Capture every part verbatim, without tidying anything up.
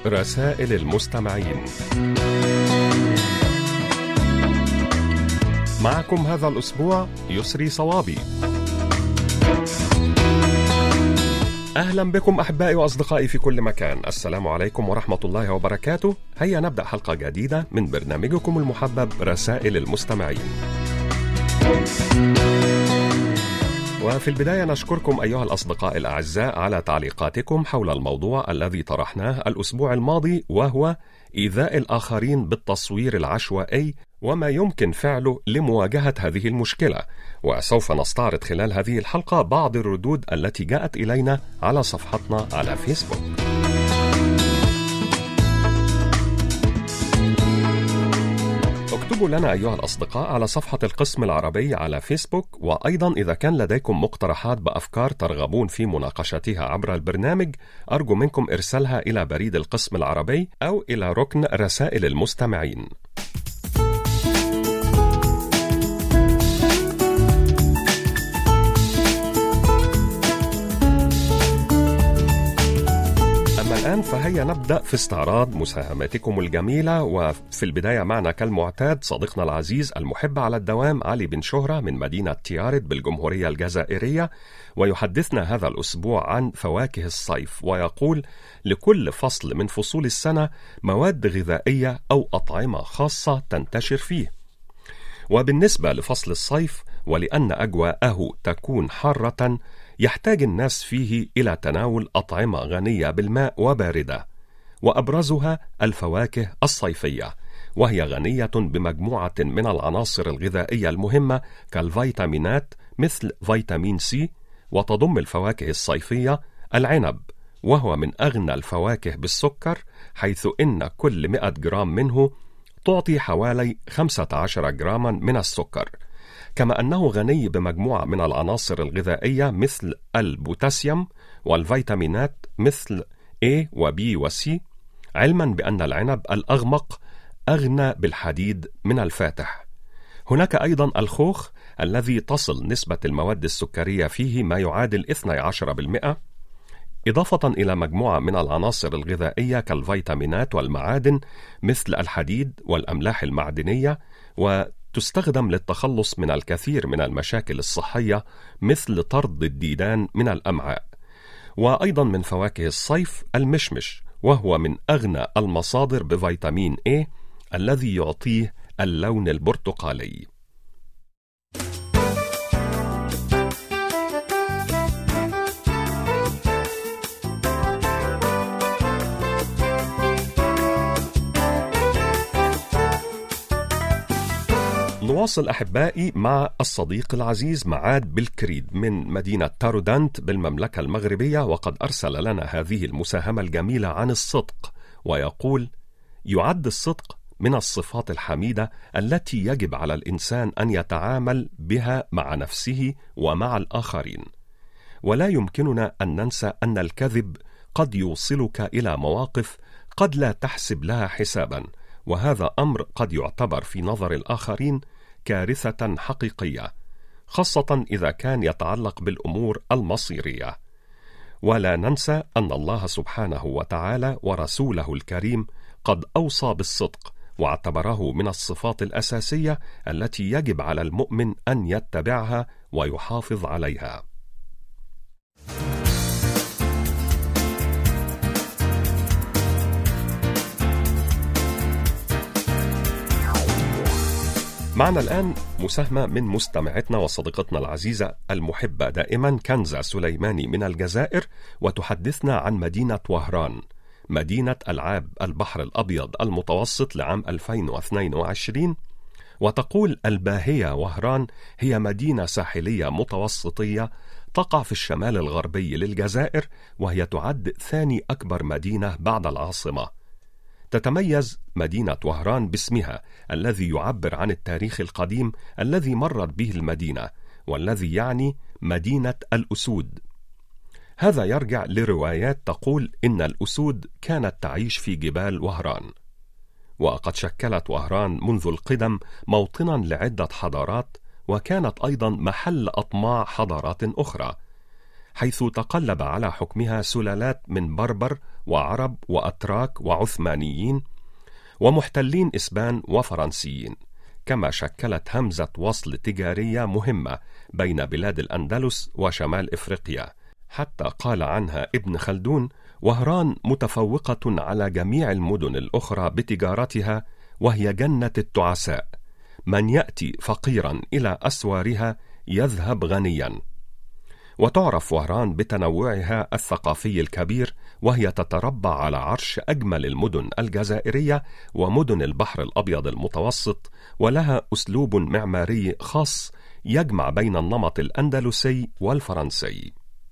رسائل المستمعين. معكم هذا الأسبوع يسري صوابي. أهلا بكم أحبائي وأصدقائي في كل مكان. السلام عليكم ورحمة الله وبركاته. هيا نبدأ حلقة جديدة من برنامجكم المحبب رسائل المستمعين. وفي البداية نشكركم أيها الأصدقاء الأعزاء على تعليقاتكم حول الموضوع الذي طرحناه الأسبوع الماضي، وهو إيذاء الآخرين بالتصوير العشوائي وما يمكن فعله لمواجهة هذه المشكلة. وسوف نستعرض خلال هذه الحلقة بعض الردود التي جاءت إلينا على صفحتنا على فيسبوك. اكتبوا لنا أيها الأصدقاء على صفحة القسم العربي على فيسبوك، وأيضا إذا كان لديكم مقترحات بأفكار ترغبون في مناقشتها عبر البرنامج، أرجو منكم إرسالها إلى بريد القسم العربي أو إلى ركن رسائل المستمعين. الآن فهيا نبدأ في استعراض مساهماتكم الجميلة. وفي البداية معنا كالمعتاد صديقنا العزيز المحب على الدوام علي بن شهرة من مدينة تيارت بالجمهورية الجزائرية، ويحدثنا هذا الأسبوع عن فواكه الصيف، ويقول: لكل فصل من فصول السنة مواد غذائية أو أطعمة خاصة تنتشر فيه، وبالنسبة لفصل الصيف ولأن أجواءه تكون حارة يحتاج الناس فيه إلى تناول أطعمة غنية بالماء وباردة، وأبرزها الفواكه الصيفية، وهي غنية بمجموعة من العناصر الغذائية المهمة كالفيتامينات مثل فيتامين سي. وتضم الفواكه الصيفية العنب، وهو من أغنى الفواكه بالسكر، حيث إن كل مئة جرام منه تعطي حوالي خمسة عشر جراما من السكر. كما أنه غني بمجموعة من العناصر الغذائية مثل البوتاسيوم والفيتامينات مثل A و B و C، علما بأن العنب الأغمق أغنى بالحديد من الفاتح. هناك أيضا الخوخ الذي تصل نسبة المواد السكرية فيه ما يعادل اثني عشر بالمئة، إضافة إلى مجموعة من العناصر الغذائية كالفيتامينات والمعادن مثل الحديد والأملاح المعدنية، و تستخدم للتخلص من الكثير من المشاكل الصحية مثل طرد الديدان من الأمعاء. وأيضا من فواكه الصيف المشمش، وهو من أغنى المصادر بفيتامين A الذي يعطيه اللون البرتقالي. نواصل أحبائي مع الصديق العزيز معاد بالكريد من مدينة تارودانت بالمملكة المغربية، وقد أرسل لنا هذه المساهمة الجميلة عن الصدق، ويقول: يعد الصدق من الصفات الحميدة التي يجب على الإنسان أن يتعامل بها مع نفسه ومع الآخرين، ولا يمكننا أن ننسى أن الكذب قد يوصلك إلى مواقف قد لا تحسب لها حسابا، وهذا أمر قد يعتبر في نظر الآخرين كارثة حقيقية، خاصة إذا كان يتعلق بالأمور المصيرية. ولا ننسى أن الله سبحانه وتعالى ورسوله الكريم قد أوصى بالصدق، واعتبره من الصفات الأساسية التي يجب على المؤمن أن يتبعها ويحافظ عليها. معنا الآن مساهمة من مستمعتنا وصديقتنا العزيزة المحبة دائما كنزة سليماني من الجزائر، وتحدثنا عن مدينة وهران، مدينة ألعاب البحر الأبيض المتوسط لعام ألفين واثنين وعشرين. وتقول: الباهية وهران هي مدينة ساحلية متوسطية تقع في الشمال الغربي للجزائر، وهي تعد ثاني أكبر مدينة بعد العاصمة. تتميز مدينة وهران باسمها الذي يعبر عن التاريخ القديم الذي مرت به المدينة، والذي يعني مدينة الأسود. هذا يرجع لروايات تقول إن الأسود كانت تعيش في جبال وهران، وقد شكلت وهران منذ القدم موطنا لعدة حضارات، وكانت أيضا محل أطماع حضارات أخرى، حيث تقلب على حكمها سلالات من بربر وعرب وأتراك وعثمانيين ومحتلين إسبان وفرنسيين، كما شكلت همزة وصل تجارية مهمة بين بلاد الأندلس وشمال إفريقيا، حتى قال عنها ابن خلدون: وهران متفوقة على جميع المدن الأخرى بتجارتها، وهي جنة التعساء، من يأتي فقيرا إلى أسوارها يذهب غنيا. وتعرف وهران بتنوعها الثقافي الكبير، وهي تتربع على عرش أجمل المدن الجزائرية ومدن البحر الأبيض المتوسط، ولها أسلوب معماري خاص يجمع بين النمط الأندلسي والفرنسي.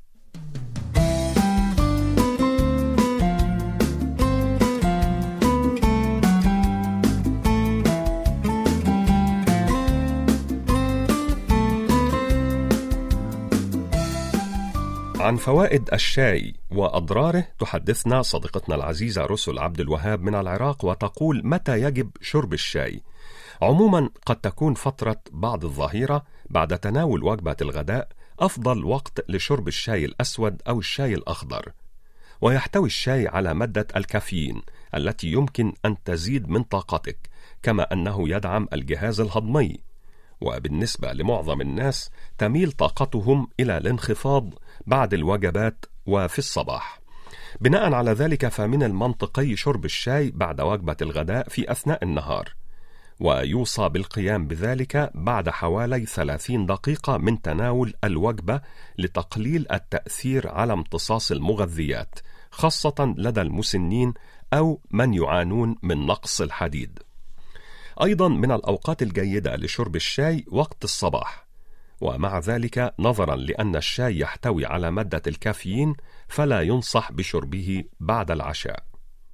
عن فوائد الشاي وأضراره تحدثنا صديقتنا العزيزة رسل عبد الوهاب من العراق، وتقول: متى يجب شرب الشاي؟ عموما قد تكون فترة بعد الظهيرة بعد تناول وجبة الغداء أفضل وقت لشرب الشاي الأسود أو الشاي الأخضر، ويحتوي الشاي على مادة الكافيين التي يمكن أن تزيد من طاقتك، كما أنه يدعم الجهاز الهضمي. وبالنسبة لمعظم الناس تميل طاقتهم إلى الانخفاض بعد الوجبات وفي الصباح. بناء على ذلك فمن المنطقي شرب الشاي بعد وجبة الغداء في أثناء النهار، ويوصى بالقيام بذلك بعد حوالي ثلاثين دقيقة من تناول الوجبة لتقليل التأثير على امتصاص المغذيات، خاصة لدى المسنين أو من يعانون من نقص الحديد. أيضا من الأوقات الجيدة لشرب الشاي وقت الصباح، ومع ذلك نظرا لأن الشاي يحتوي على مادة الكافيين فلا ينصح بشربه بعد العشاء.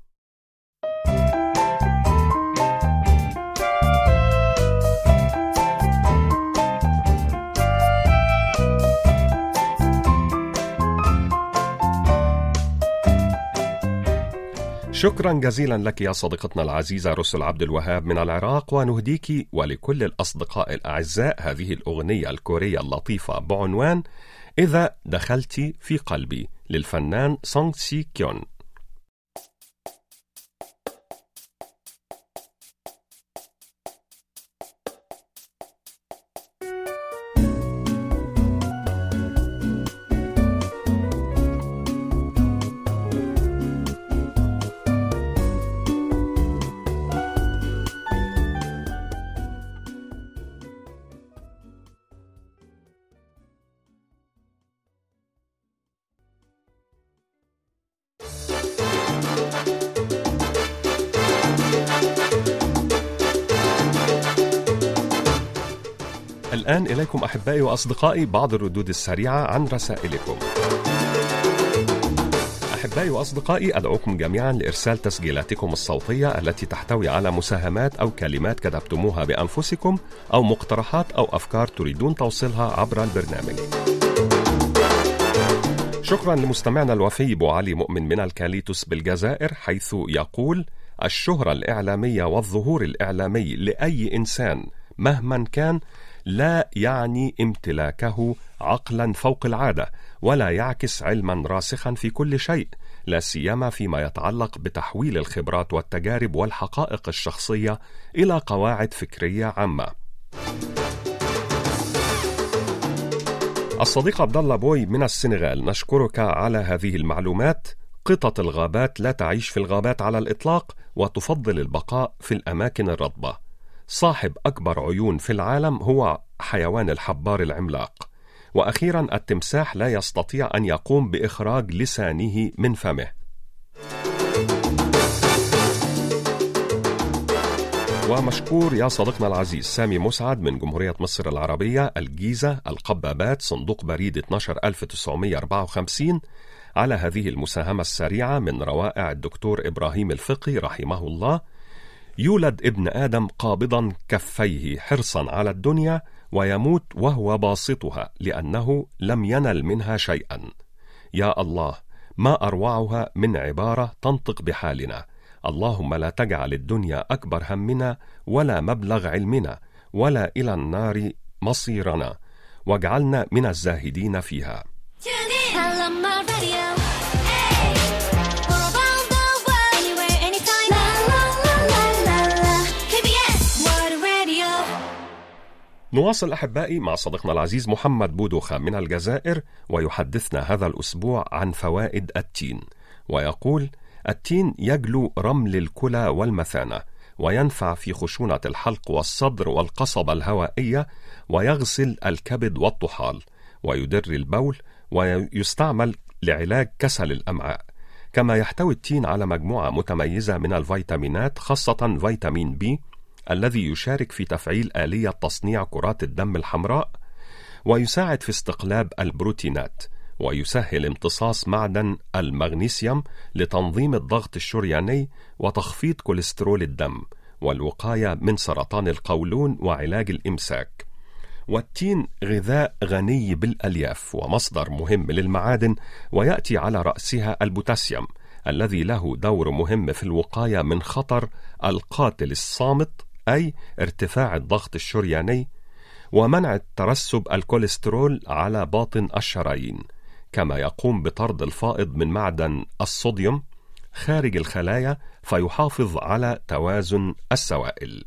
شكرا جزيلا لك يا صديقتنا العزيزة رسل عبد الوهاب من العراق، ونهديك ولكل الأصدقاء الأعزاء هذه الأغنية الكورية اللطيفة بعنوان إذا دخلت في قلبي للفنان سونغ سي كيون. الآن إليكم أحبائي وأصدقائي بعض الردود السريعة عن رسائلكم. أحبائي وأصدقائي، أدعوكم جميعا لإرسال تسجيلاتكم الصوتية التي تحتوي على مساهمات أو كلمات كتبتموها بأنفسكم أو مقترحات أو أفكار تريدون توصيلها عبر البرنامج. شكرا لمستمعنا الوفي بو علي مؤمن من الكاليتوس بالجزائر، حيث يقول: الشهرة الإعلامية والظهور الإعلامي لأي إنسان مهما كان لا يعني امتلاكه عقلا فوق العادة، ولا يعكس علما راسخا في كل شيء، لا سيما فيما يتعلق بتحويل الخبرات والتجارب والحقائق الشخصية إلى قواعد فكرية عامة. الصديق عبد الله بوي من السنغال: نشكرك على هذه المعلومات. قطط الغابات لا تعيش في الغابات على الإطلاق، وتفضل البقاء في الأماكن الرطبة. صاحب أكبر عيون في العالم هو حيوان الحبار العملاق. وأخيرا، التمساح لا يستطيع أن يقوم بإخراج لسانه من فمه. ومشكور يا صديقنا العزيز سامي مسعد من جمهورية مصر العربية، الجيزة، القبابات، صندوق بريد اثنا عشر ألف وتسعمائة وأربعة وخمسين، على هذه المساهمة السريعة من روائع الدكتور إبراهيم الفقي رحمه الله. يولد ابن آدم قابضا كفيه حرصا على الدنيا، ويموت وهو باسطها لأنه لم ينل منها شيئا. يا الله، ما أروعها من عبارة تنطق بحالنا. اللهم لا تجعل الدنيا أكبر همنا ولا مبلغ علمنا ولا إلى النار مصيرنا، واجعلنا من الزاهدين فيها. on my radio. Hey, we're around the world, anywhere, anytime. La la la la la la. كي بي إس World Radio. نواصل أحبائي مع صديقنا العزيز محمد بودوخة من الجزائر، ويحدثنا هذا الأسبوع عن فوائد التين. ويقول: التين يجلو رمل الكلى والمثانة، وينفع في خشونة الحلق والصدر والقصبة الهوائية، ويغسل الكبد والطحال، ويدر البول، ويستعمل لعلاج كسل الأمعاء. كما يحتوي التين على مجموعة متميزة من الفيتامينات، خاصة فيتامين بي الذي يشارك في تفعيل آلية تصنيع كرات الدم الحمراء، ويساعد في استقلاب البروتينات، ويسهل امتصاص معدن المغنيسيوم لتنظيم الضغط الشرياني وتخفيض كوليسترول الدم، والوقاية من سرطان القولون وعلاج الإمساك. والتين غذاء غني بالألياف ومصدر مهم للمعادن، ويأتي على رأسها البوتاسيوم الذي له دور مهم في الوقاية من خطر القاتل الصامت، أي ارتفاع الضغط الشرياني، ومنع ترسب الكوليسترول على باطن الشرايين. كما يقوم بطرد الفائض من معدن الصوديوم خارج الخلايا، فيحافظ على توازن السوائل.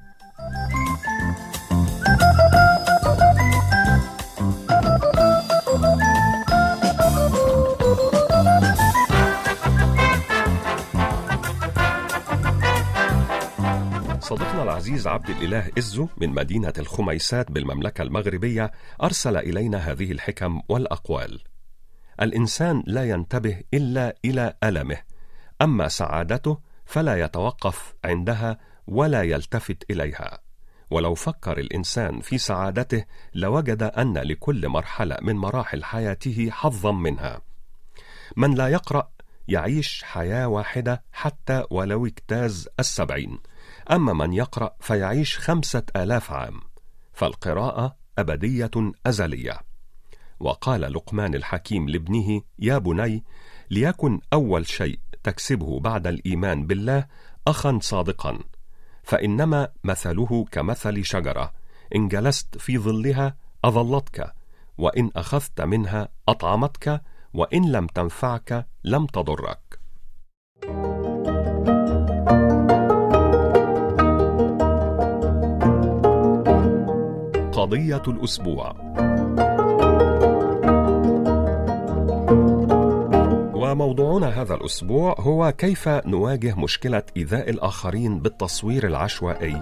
صديقنا العزيز عبد الإله إزو من مدينة الخميسات بالمملكة المغربية أرسل إلينا هذه الحكم والأقوال: الإنسان لا ينتبه إلا إلى ألمه، أما سعادته فلا يتوقف عندها ولا يلتفت إليها. ولو فكر الإنسان في سعادته لوجد أن لكل مرحلة من مراحل حياته حظا منها. من لا يقرأ يعيش حياة واحدة حتى ولو اجتاز السبعين، أما من يقرأ فيعيش خمسة آلاف عام، فالقراءة أبدية أزلية. وقال لقمان الحكيم لابنه: يا بني، ليكن أول شيء تكسبه بعد الإيمان بالله أخا صادقا، فإنما مثله كمثل شجرة إن جلست في ظلها أظلتك، وإن أخذت منها أطعمتك، وإن لم تنفعك لم تضرك. قضية الأسبوع. وموضوعنا هذا الأسبوع هو كيف نواجه مشكلة إيذاء الآخرين بالتصوير العشوائي.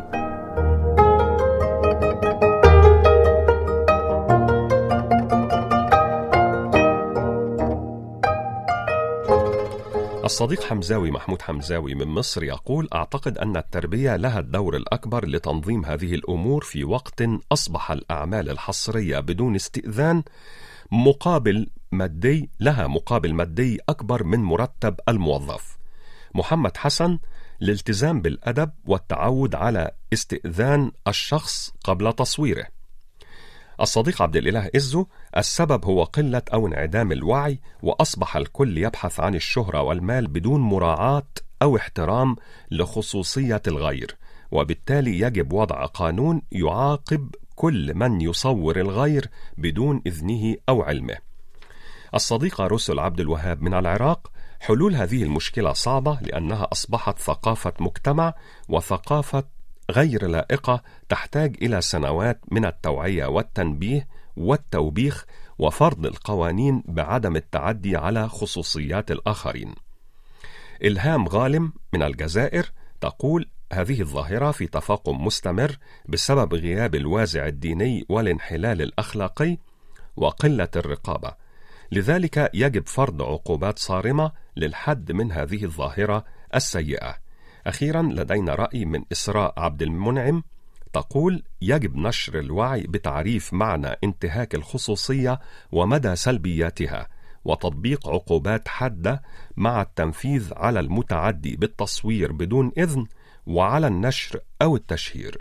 الصديق حمزاوي محمود حمزاوي من مصر يقول: أعتقد أن التربية لها الدور الأكبر لتنظيم هذه الأمور في وقت أصبح الأعمال الحصرية بدون استئذان مقابل مادي لها مقابل مادي أكبر من مرتب الموظف. محمد حسن: الالتزام بالأدب والتعود على استئذان الشخص قبل تصويره. الصديق عبد الإله إزو: السبب هو قلة أو انعدام الوعي، وأصبح الكل يبحث عن الشهرة والمال بدون مراعاة أو احترام لخصوصية الغير، وبالتالي يجب وضع قانون يعاقب كل من يصور الغير بدون إذنه أو علمه. الصديقة رسل عبد الوهاب من العراق: حلول هذه المشكلة صعبة لأنها أصبحت ثقافة مجتمع، وثقافة غير لائقة تحتاج إلى سنوات من التوعية والتنبيه والتوبيخ وفرض القوانين بعدم التعدي على خصوصيات الآخرين. إلهام غالم من الجزائر تقول: هذه الظاهرة في تفاقم مستمر بسبب غياب الوازع الديني والانحلال الأخلاقي وقلة الرقابة، لذلك يجب فرض عقوبات صارمة للحد من هذه الظاهرة السيئة. أخيرا لدينا رأي من إسراء عبد المنعم تقول: يجب نشر الوعي بتعريف معنى انتهاك الخصوصية ومدى سلبياتها، وتطبيق عقوبات حادة مع التنفيذ على المتعدي بالتصوير بدون إذن وعلى النشر أو التشهير.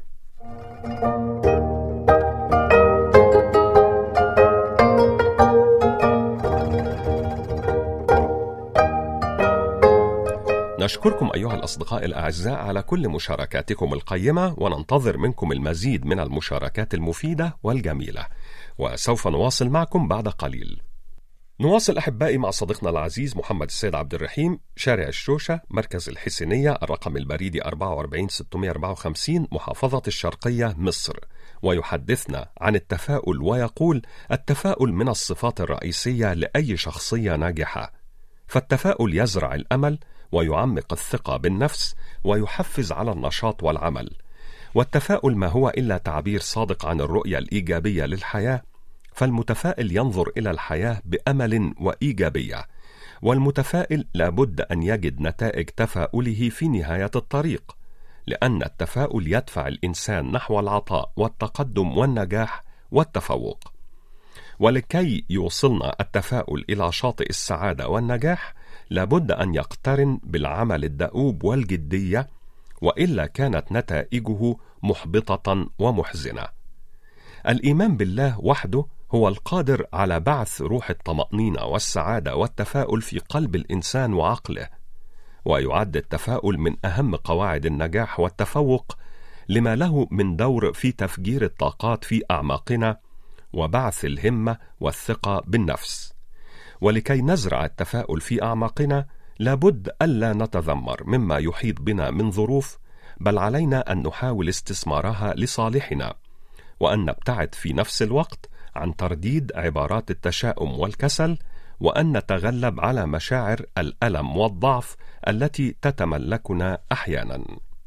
نشكركم أيها الأصدقاء الأعزاء على كل مشاركاتكم القيمة، وننتظر منكم المزيد من المشاركات المفيدة والجميلة، وسوف نواصل معكم بعد قليل. نواصل أحبائي مع صديقنا العزيز محمد السيد عبد الرحيم، شارع الشوشة، مركز الحسينية، الرقم البريدي أربعة وأربعين ستمائة وأربعة وخمسين، محافظة الشرقية، مصر، ويحدثنا عن التفاؤل ويقول: التفاؤل من الصفات الرئيسية لأي شخصية ناجحة، فالتفاؤل يزرع الأمل ويعمق الثقة بالنفس ويحفز على النشاط والعمل، والتفاؤل ما هو إلا تعبير صادق عن الرؤية الإيجابية للحياة، فالمتفائل ينظر إلى الحياة بأمل وإيجابية، والمتفائل لابد أن يجد نتائج تفاؤله في نهاية الطريق، لأن التفاؤل يدفع الإنسان نحو العطاء والتقدم والنجاح والتفوق. ولكي يوصلنا التفاؤل إلى شاطئ السعادة والنجاح لابد أن يقترن بالعمل الدؤوب والجدية، وإلا كانت نتائجه محبطة ومحزنة. الإيمان بالله وحده هو القادر على بعث روح الطمأنينة والسعادة والتفاؤل في قلب الإنسان وعقله، ويعد التفاؤل من أهم قواعد النجاح والتفوق، لما له من دور في تفجير الطاقات في أعماقنا وبعث الهمة والثقة بالنفس. ولكي نزرع التفاؤل في أعماقنا لابد ألا نتذمر مما يحيط بنا من ظروف، بل علينا أن نحاول استثمارها لصالحنا، وأن نبتعد في نفس الوقت عن ترديد عبارات التشاؤم والكسل، وأن نتغلب على مشاعر الألم والضعف التي تتملكنا أحيانا.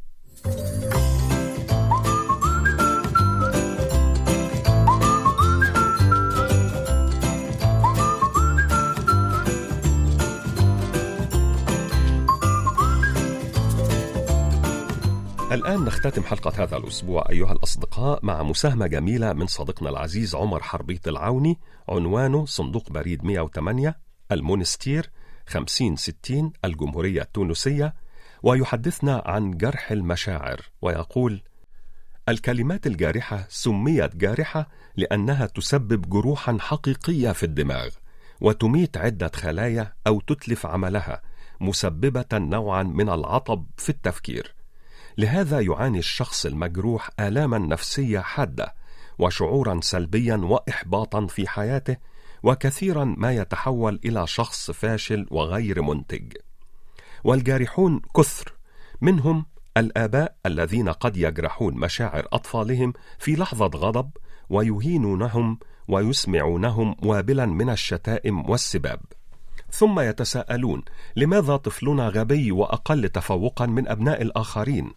الآن نختتم حلقة هذا الأسبوع أيها الأصدقاء مع مساهمة جميلة من صديقنا العزيز عمر حربيط العوني، عنوانه صندوق بريد مئة وثمانية المونستير خمسين ستين الجمهورية التونسية، ويحدثنا عن جرح المشاعر ويقول: الكلمات الجارحة سميت جارحة لأنها تسبب جروحا حقيقية في الدماغ، وتميت عدة خلايا أو تتلف عملها، مسببة نوعا من العطب في التفكير. لهذا يعاني الشخص المجروح آلاما نفسية حادة وشعورا سلبيا وإحباطا في حياته، وكثيرا ما يتحول إلى شخص فاشل وغير منتج. والجارحون كثر، منهم الآباء الذين قد يجرحون مشاعر أطفالهم في لحظة غضب ويهينونهم ويسمعونهم وابلا من الشتائم والسباب، ثم يتساءلون: لماذا طفلنا غبي وأقل تفوقا من أبناء الآخرين؟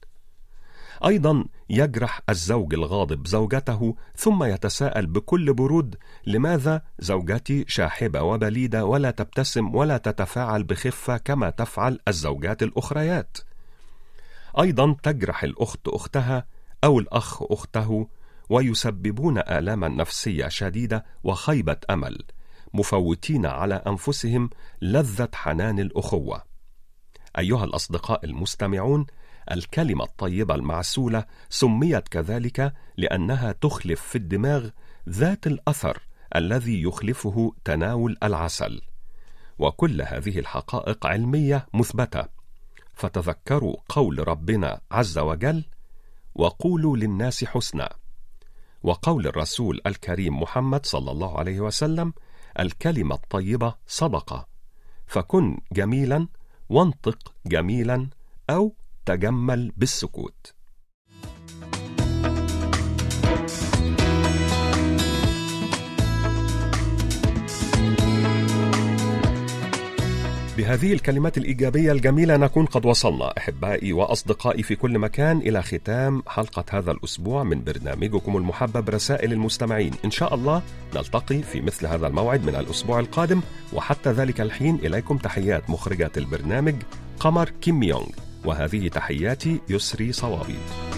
أيضا يجرح الزوج الغاضب زوجته، ثم يتساءل بكل برود: لماذا زوجتي شاحبة وبليدة ولا تبتسم ولا تتفاعل بخفة كما تفعل الزوجات الأخريات؟ أيضا تجرح الأخت أختها أو الأخ أخته، ويسببون آلاما نفسية شديدة وخيبة أمل، مفوتين على أنفسهم لذة حنان الأخوة. أيها الأصدقاء المستمعون، الكلمة الطيبة المعسولة سميت كذلك لأنها تخلف في الدماغ ذات الأثر الذي يخلفه تناول العسل، وكل هذه الحقائق علمية مثبتة. فتذكروا قول ربنا عز وجل: وقولوا للناس حسنا، وقول الرسول الكريم محمد صلى الله عليه وسلم: الكلمة الطيبة صدقة، فكن جميلا وانطق جميلا، أو تجمل بالسكوت. بهذه الكلمات الإيجابية الجميلة نكون قد وصلنا أحبائي وأصدقائي في كل مكان إلى ختام حلقة هذا الأسبوع من برنامجكم المحبب رسائل المستمعين. إن شاء الله نلتقي في مثل هذا الموعد من الأسبوع القادم، وحتى ذلك الحين إليكم تحيات مخرجة البرنامج قمر كيم يونغ، وهذه تحياتي يسري صوابي.